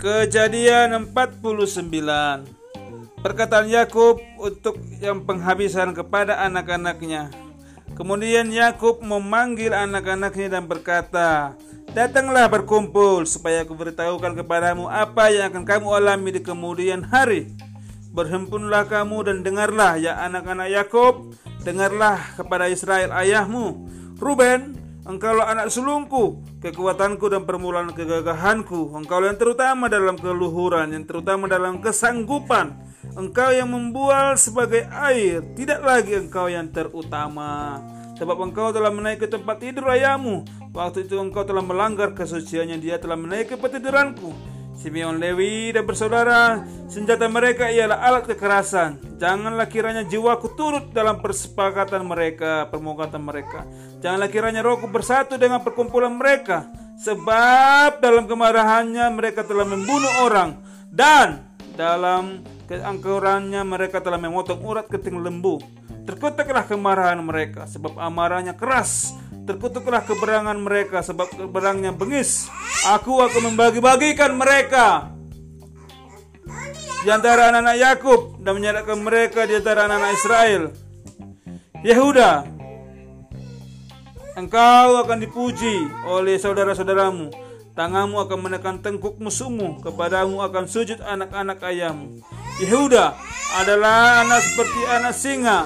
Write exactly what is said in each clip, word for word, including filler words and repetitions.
Kejadian empat puluh sembilan. Perkataan Yakub untuk yang penghabisan kepada anak-anaknya. Kemudian Yakub memanggil anak-anaknya dan berkata, "Datanglah berkumpul supaya aku beritahukan kepadamu apa yang akan kamu alami di kemudian hari. Berhimpunlah kamu dan dengarlah, ya anak-anak Yakub, dengarlah kepada Israel ayahmu. Ruben, engkaulah anak sulungku, kekuatanku dan permulaan kegagahanku. Engkau yang terutama dalam keluhuran, yang terutama dalam kesanggupan. Engkau yang membual sebagai air, tidak lagi engkau yang terutama. Sebab engkau telah menaik ke tempat tidur ayahmu. Waktu itu engkau telah melanggar kesuciannya, dia telah menaik ke petiduranku. Simeon, Lewi dan bersaudara, senjata mereka ialah alat kekerasan. Janganlah kiranya jiwaku turut dalam persepakatan mereka, permukatan mereka. Janganlah kiranya rohku bersatu dengan perkumpulan mereka. Sebab dalam kemarahannya mereka telah membunuh orang, dan dalam keangkurannya mereka telah memotong urat keting lembu. Terkutuklah kemarahan mereka, sebab amarahnya keras. Terkutuklah keberangan mereka, sebab keberangnya bengis. Aku akan membagi-bagikan mereka di antara anak-anak Yakub dan menyerahkan mereka di antara anak-anak Israel. Yehuda, engkau akan dipuji oleh saudara-saudaramu. Tanganmu akan menekan tengkuk musuhmu. Kepadamu akan sujud anak-anak ayahmu. Yehuda adalah anak seperti anak singa.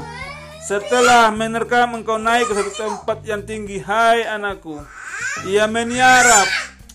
Setelah menerkam, engkau naik ke satu tempat yang tinggi, hai anakku. Ia meniarap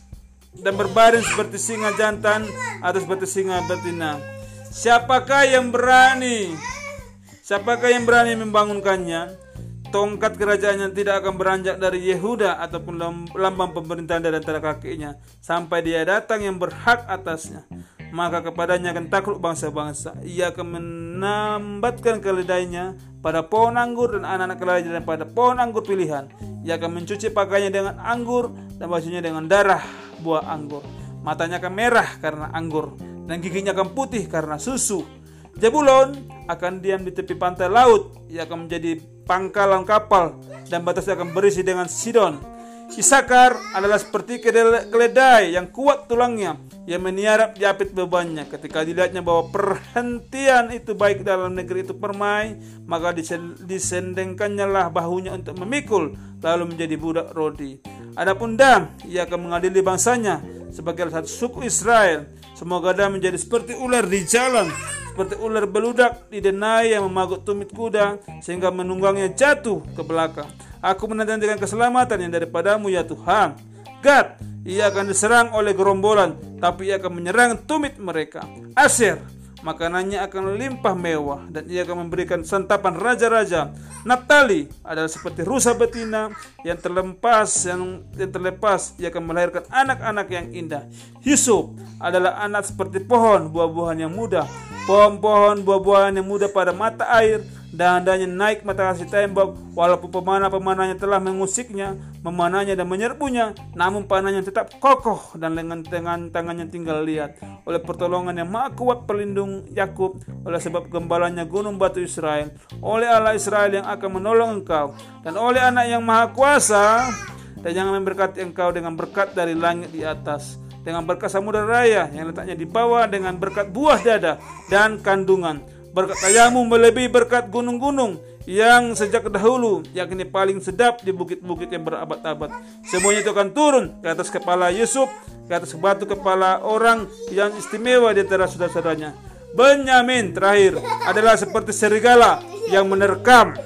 dan berbaring seperti singa jantan atau seperti singa betina. Siapakah yang berani? Siapakah yang berani membangunkannya? Tongkat kerajaannya tidak akan beranjak dari Yehuda ataupun lambang pemerintahan dari antara kakinya sampai dia datang yang berhak atasnya. Maka kepadanya akan takluk bangsa-bangsa. Ia akan menambatkan keledainya pada pohon anggur dan anak-anak keledai pada pohon anggur pilihan. Ia akan mencuci pakaiannya dengan anggur dan bajunya dengan darah buah anggur. Matanya akan merah karena anggur dan giginya akan putih karena susu. Jebulon akan diam di tepi pantai laut. Ia akan menjadi pangkalan kapal dan batasnya akan berisi dengan Sidon. Isakar adalah seperti keledai yang kuat tulangnya, yang meniarap diapit bebannya. Ketika dilihatnya bahwa perhentian itu baik dalam negeri itu permai, maka disendengkannya lah bahunya untuk memikul, lalu menjadi budak rodi. Adapun Dan, ia akan mengadili bangsanya sebagai satu suku Israel. Semoga Dan menjadi seperti ular di jalan, seperti ular beludak di denai yang memagut tumit kuda sehingga menunggangnya jatuh ke belakang. Aku menantikan keselamatan yang daripadamu, ya Tuhan. Gad, ia akan diserang oleh gerombolan, tapi ia akan menyerang tumit mereka. Aser, makanannya akan limpah mewah, dan ia akan memberikan santapan raja-raja. Naptali adalah seperti rusa betina yang terlepas, yang, yang terlepas, ia akan melahirkan anak-anak yang indah. Yusuf adalah anak seperti pohon buah-buahan yang muda, pohon-pohon buah-buahan yang muda pada mata air. Dahan-dahannya naik matahari tembok, walaupun pemanah-pemanahnya telah mengusiknya, memanahnya dan menyerbunya, namun panahnya tetap kokoh dan dengan dengan tangannya tinggal lihat. Oleh pertolongan yang maha kuat pelindung Yakub, oleh sebab gembalanya gunung batu Israel, oleh Allah Israel yang akan menolong engkau, dan oleh anak yang maha kuasa, dan yang memberkati engkau dengan berkat dari langit di atas, dengan berkat samudera raya yang letaknya di bawah, dengan berkat buah dada dan kandungan. Berkat ayahmu melebihi berkat gunung-gunung yang sejak dahulu, yakni paling sedap di bukit-bukit yang berabad-abad. Semuanya itu akan turun ke atas kepala Yusuf, ke atas batu kepala orang yang istimewa di antara saudara-saudaranya. Benyamin terakhir adalah seperti serigala yang menerkam.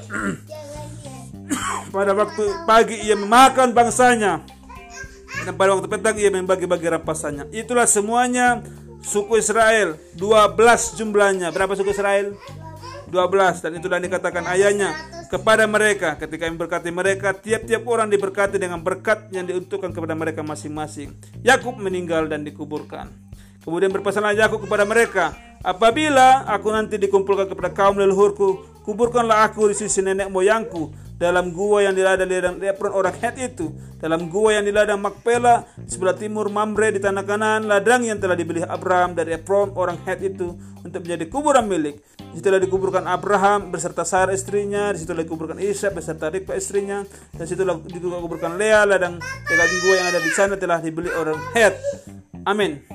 Pada waktu pagi ia memakan bangsanya, dan pada waktu petang ia membagi-bagi rampasannya. Itulah semuanya suku Israel, dua belas jumlahnya. Berapa suku Israel? dua belas. Dan itulah dikatakan ayahnya kepada mereka ketika memberkati mereka. Tiap-tiap orang diberkati dengan berkat yang diuntukkan kepada mereka masing-masing. Yakub meninggal dan dikuburkan. Kemudian berpesanlah Yakub kepada mereka, apabila aku nanti dikumpulkan kepada kaum leluhurku, kuburkanlah aku di sisi nenek moyangku, dalam gua yang di ladang Efron orang Het itu, dalam gua yang di ladang Makpela sebelah timur Mamre di tanah Kanaan, ladang yang telah dibeli Abraham dari Efron orang Het itu untuk menjadi kuburan milik. Di situlah dikuburkan Abraham beserta Sarah istrinya, di situlah dikuburkan Ishak beserta Ribka istrinya, dan di situlah dikuburkan Lea. Ladang ladang gua yang ada di sana telah dibeli orang Het. Amin.